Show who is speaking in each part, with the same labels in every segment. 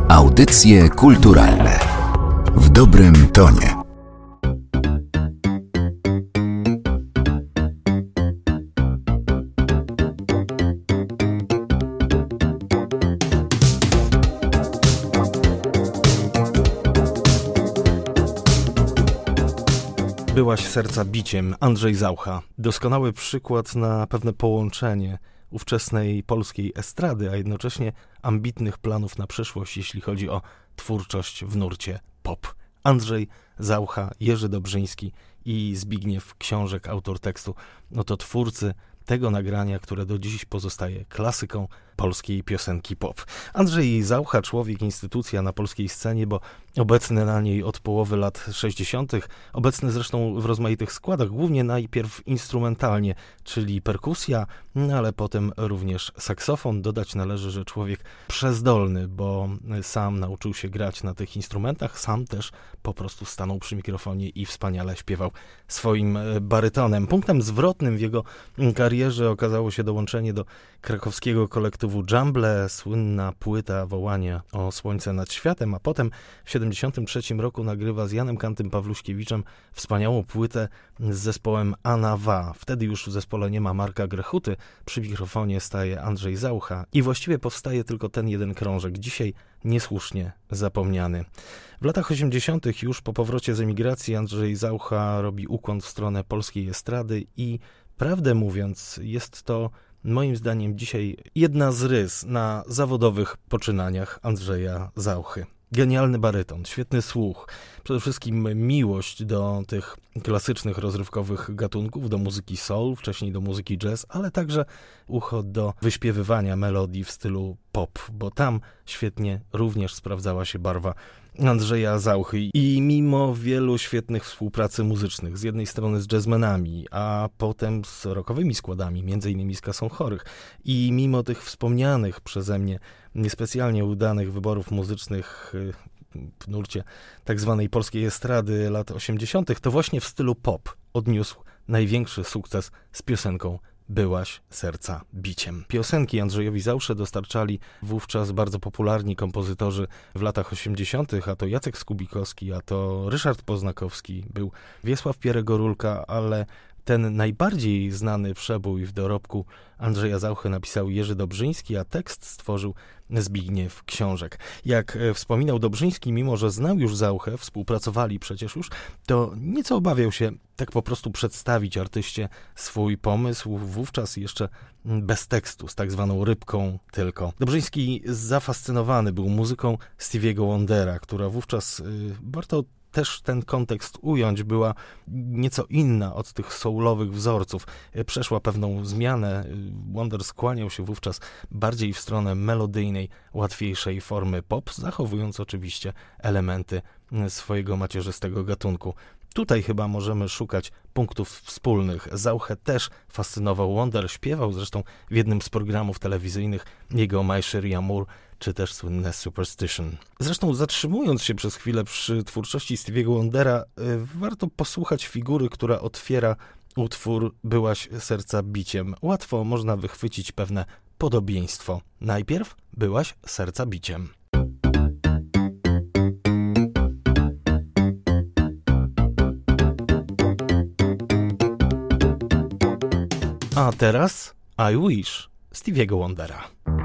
Speaker 1: Audycje kulturalne w dobrym tonie.
Speaker 2: Byłaś serca biciem, Andrzej Zaucha. Doskonały przykład na pewne połączenie ówczesnej polskiej estrady, a jednocześnie ambitnych planów na przyszłość, jeśli chodzi o twórczość w nurcie pop. Andrzej Zaucha, Jerzy Dobrzyński i Zbigniew Książek, autor tekstu, to twórcy tego nagrania, które do dziś pozostaje klasyką polskiej piosenki pop. Andrzej Zaucha, człowiek, instytucja na polskiej scenie, bo obecny na niej od połowy lat 60., obecny zresztą w rozmaitych składach, głównie najpierw instrumentalnie, czyli perkusja, ale potem również saksofon. Dodać należy, że człowiek przezdolny, bo sam nauczył się grać na tych instrumentach, sam też po prostu stanął przy mikrofonie i wspaniale śpiewał swoim barytonem. Punktem zwrotnym w jego karierze okazało się dołączenie do krakowskiego kolektywu Jumble, słynna płyta Wołania o słońce nad światem, a potem w 1973 roku nagrywa z Janem Kantym Pawluśkiewiczem wspaniałą płytę z zespołem Anawa. Wtedy już w zespole nie ma Marka Grechuty, przy mikrofonie staje Andrzej Zaucha i właściwie powstaje tylko ten jeden krążek, dzisiaj niesłusznie zapomniany. W latach 80. już po powrocie z emigracji Andrzej Zaucha robi ukłon w stronę polskiej estrady i prawdę mówiąc jest to moim zdaniem dzisiaj jedna z rys na zawodowych poczynaniach Andrzeja Zauchy. Genialny baryton, świetny słuch, przede wszystkim miłość do tych klasycznych, rozrywkowych gatunków, do muzyki soul, wcześniej do muzyki jazz, ale także ucho do wyśpiewywania melodii w stylu pop, bo tam świetnie również sprawdzała się barwa Andrzeja Zauchy i mimo wielu świetnych współpracy muzycznych, z jednej strony z jazzmenami, a potem z rockowymi składami, między innymi z Kasą Chorych, i mimo tych wspomnianych przeze mnie niespecjalnie udanych wyborów muzycznych w nurcie tak zwanej polskiej estrady lat 80., to właśnie w stylu pop odniósł największy sukces z piosenką Byłaś serca biciem. Piosenki Andrzejowi Zausze dostarczali wówczas bardzo popularni kompozytorzy w latach 80., a to Jacek Skubikowski, a to Ryszard Poznakowski, był Wiesław Pierre-Gorulka, ale ten najbardziej znany przebój w dorobku Andrzeja Zauchy napisał Jerzy Dobrzyński, a tekst stworzył Zbigniew Książek. Jak wspominał Dobrzyński, mimo że znał już Zauchę, współpracowali przecież już, to nieco obawiał się tak po prostu przedstawić artyście swój pomysł, wówczas jeszcze bez tekstu, z tak zwaną rybką tylko. Dobrzyński zafascynowany był muzyką Stevie'ego Wondera, która wówczas, warto też ten kontekst ująć, była nieco inna od tych soulowych wzorców. Przeszła pewną zmianę. Wonder skłaniał się wówczas bardziej w stronę melodyjnej, łatwiejszej formy pop, zachowując oczywiście elementy swojego macierzystego gatunku. Tutaj chyba możemy szukać punktów wspólnych. Zauchę też fascynował Wonder, śpiewał zresztą w jednym z programów telewizyjnych jego My Cherie Amour, czy też słynne Superstition. Zresztą zatrzymując się przez chwilę przy twórczości Stevie'ego Wondera, warto posłuchać figury, która otwiera utwór Byłaś serca biciem. Łatwo można wychwycić pewne podobieństwo. Najpierw Byłaś serca biciem. A teraz I Wish Stevie'ego Wondera.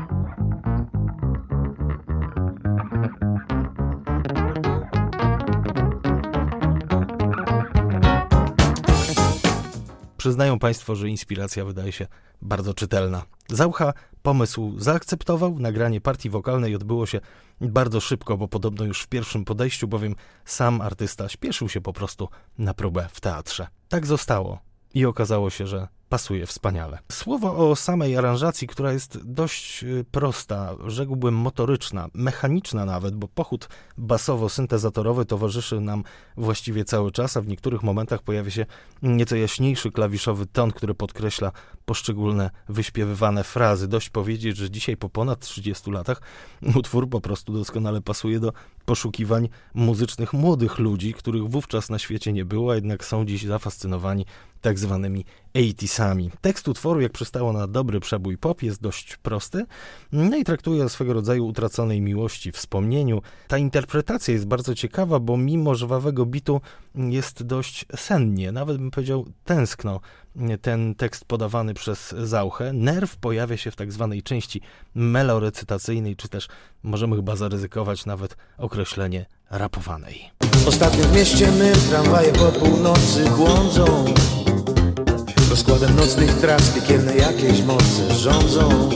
Speaker 2: Przyznają Państwo, że inspiracja wydaje się bardzo czytelna. Zaucha pomysł zaakceptował, nagranie partii wokalnej odbyło się bardzo szybko, bo podobno już w pierwszym podejściu, bowiem sam artysta śpieszył się po prostu na próbę w teatrze. Tak zostało i okazało się, że pasuje wspaniale. Słowo o samej aranżacji, która jest dość prosta, rzekłbym motoryczna, mechaniczna nawet, bo pochód basowo-syntezatorowy towarzyszy nam właściwie cały czas, a w niektórych momentach pojawia się nieco jaśniejszy klawiszowy ton, który podkreśla poszczególne wyśpiewywane frazy. Dość powiedzieć, że dzisiaj po ponad 30 latach utwór po prostu doskonale pasuje do poszukiwań muzycznych młodych ludzi, których wówczas na świecie nie było, a jednak są dziś zafascynowani tak zwanymi 80sami. Tekst utworu, jak przystało na dobry przebój pop, jest dość prosty, no i traktuje o swego rodzaju utraconej miłości, wspomnieniu. Ta interpretacja jest bardzo ciekawa, bo mimo żwawego bitu jest dość sennie, nawet bym powiedział tęskno, ten tekst podawany przez Zauchę. Nerw pojawia się w tak zwanej części melorecytacyjnej, czy też możemy chyba zaryzykować nawet określenie rapowanej.
Speaker 3: Ostatnio w mieście my tramwaje po północy błądzą. Rozkładem nocnych tras piekielne jakieś moce rządzą.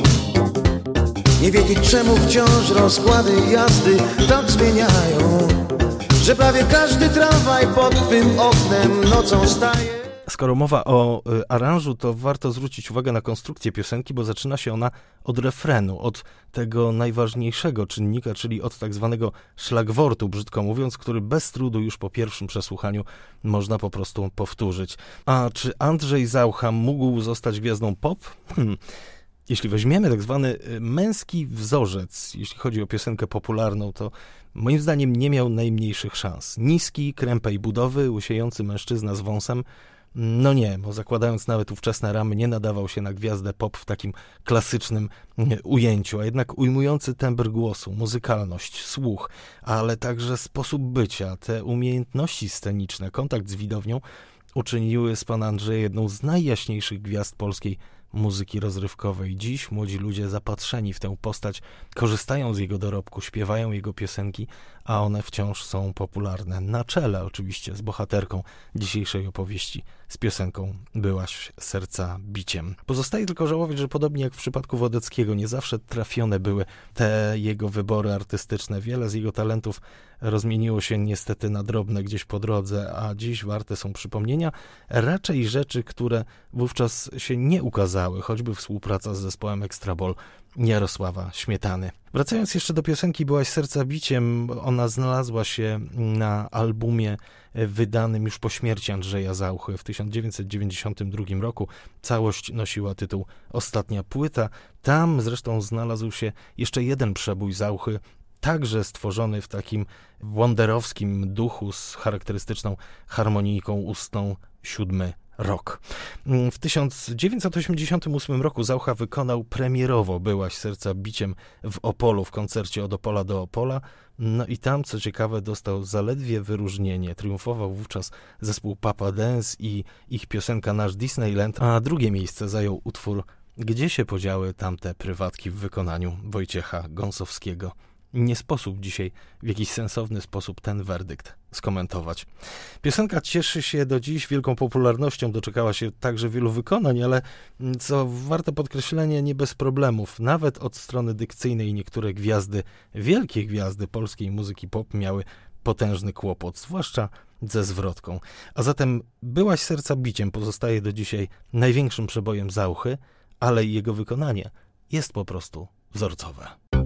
Speaker 3: Nie wiedzieć czemu wciąż rozkłady jazdy tak zmieniają, że prawie każdy tramwaj pod tym oknem nocą staje.
Speaker 2: Skoro mowa o aranżu, to warto zwrócić uwagę na konstrukcję piosenki, bo zaczyna się ona od refrenu, od tego najważniejszego czynnika, czyli od tak zwanego szlagwortu, brzydko mówiąc, który bez trudu już po pierwszym przesłuchaniu można po prostu powtórzyć. A czy Andrzej Zaucha mógł zostać gwiazdą pop? Jeśli weźmiemy tak zwany męski wzorzec, jeśli chodzi o piosenkę popularną, to moim zdaniem nie miał najmniejszych szans. Niski, krępej budowy, łysiejący mężczyzna z wąsem, no nie, bo zakładając nawet ówczesne ramy, nie nadawał się na gwiazdę pop w takim klasycznym ujęciu, a jednak ujmujący tembr głosu, muzykalność, słuch, ale także sposób bycia, te umiejętności sceniczne, kontakt z widownią uczyniły z pana Andrzeja jedną z najjaśniejszych gwiazd polskiej muzyki rozrywkowej. Dziś młodzi ludzie zapatrzeni w tę postać korzystają z jego dorobku, śpiewają jego piosenki, a one wciąż są popularne. Na czele oczywiście z bohaterką dzisiejszej opowieści, z piosenką Byłaś serca biciem. Pozostaje tylko żałować, że podobnie jak w przypadku Wodeckiego, nie zawsze trafione były te jego wybory artystyczne. Wiele z jego talentów rozmieniło się niestety na drobne gdzieś po drodze, a dziś warte są przypomnienia raczej rzeczy, które wówczas się nie ukazały, choćby współpraca z zespołem Extra Ball Jarosława Śmietany. Wracając jeszcze do piosenki Byłaś serca biciem, ona znalazła się na albumie wydanym już po śmierci Andrzeja Zauchy w 1992 roku. Całość nosiła tytuł Ostatnia płyta. Tam zresztą znalazł się jeszcze jeden przebój Zauchy, także stworzony w takim wonderowskim duchu z charakterystyczną harmonijką ustną, 7 rok. W 1988 roku Zaucha wykonał premierowo Byłaś serca biciem w Opolu w koncercie Od Opola do Opola. No i tam, co ciekawe, dostał zaledwie wyróżnienie. Triumfował wówczas zespół Papa Dance i ich piosenka Nasz Disneyland, a drugie miejsce zajął utwór Gdzie się podziały tamte prywatki w wykonaniu Wojciecha Gąsowskiego. Nie sposób dzisiaj w jakiś sensowny sposób ten werdykt skomentować. Piosenka cieszy się do dziś wielką popularnością, doczekała się także wielu wykonań, ale co warte podkreślenia, nie bez problemów. Nawet od strony dykcyjnej niektóre gwiazdy, wielkie gwiazdy polskiej muzyki pop miały potężny kłopot, zwłaszcza ze zwrotką. A zatem Byłaś serca biciem pozostaje do dzisiaj największym przebojem Zauchy, ale i jego wykonanie jest po prostu wzorcowe.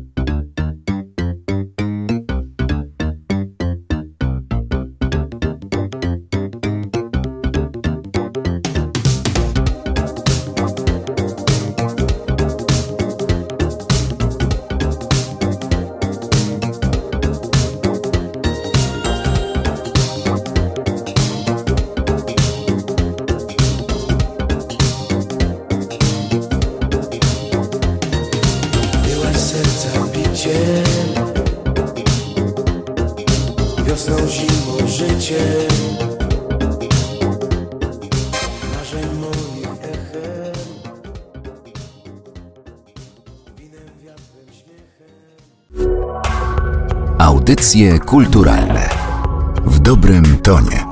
Speaker 3: Wiosną, zimą, życiem, marzeń moich echem, winem, wiatrem, śmiechem.
Speaker 1: Audycje kulturalne w dobrym tonie.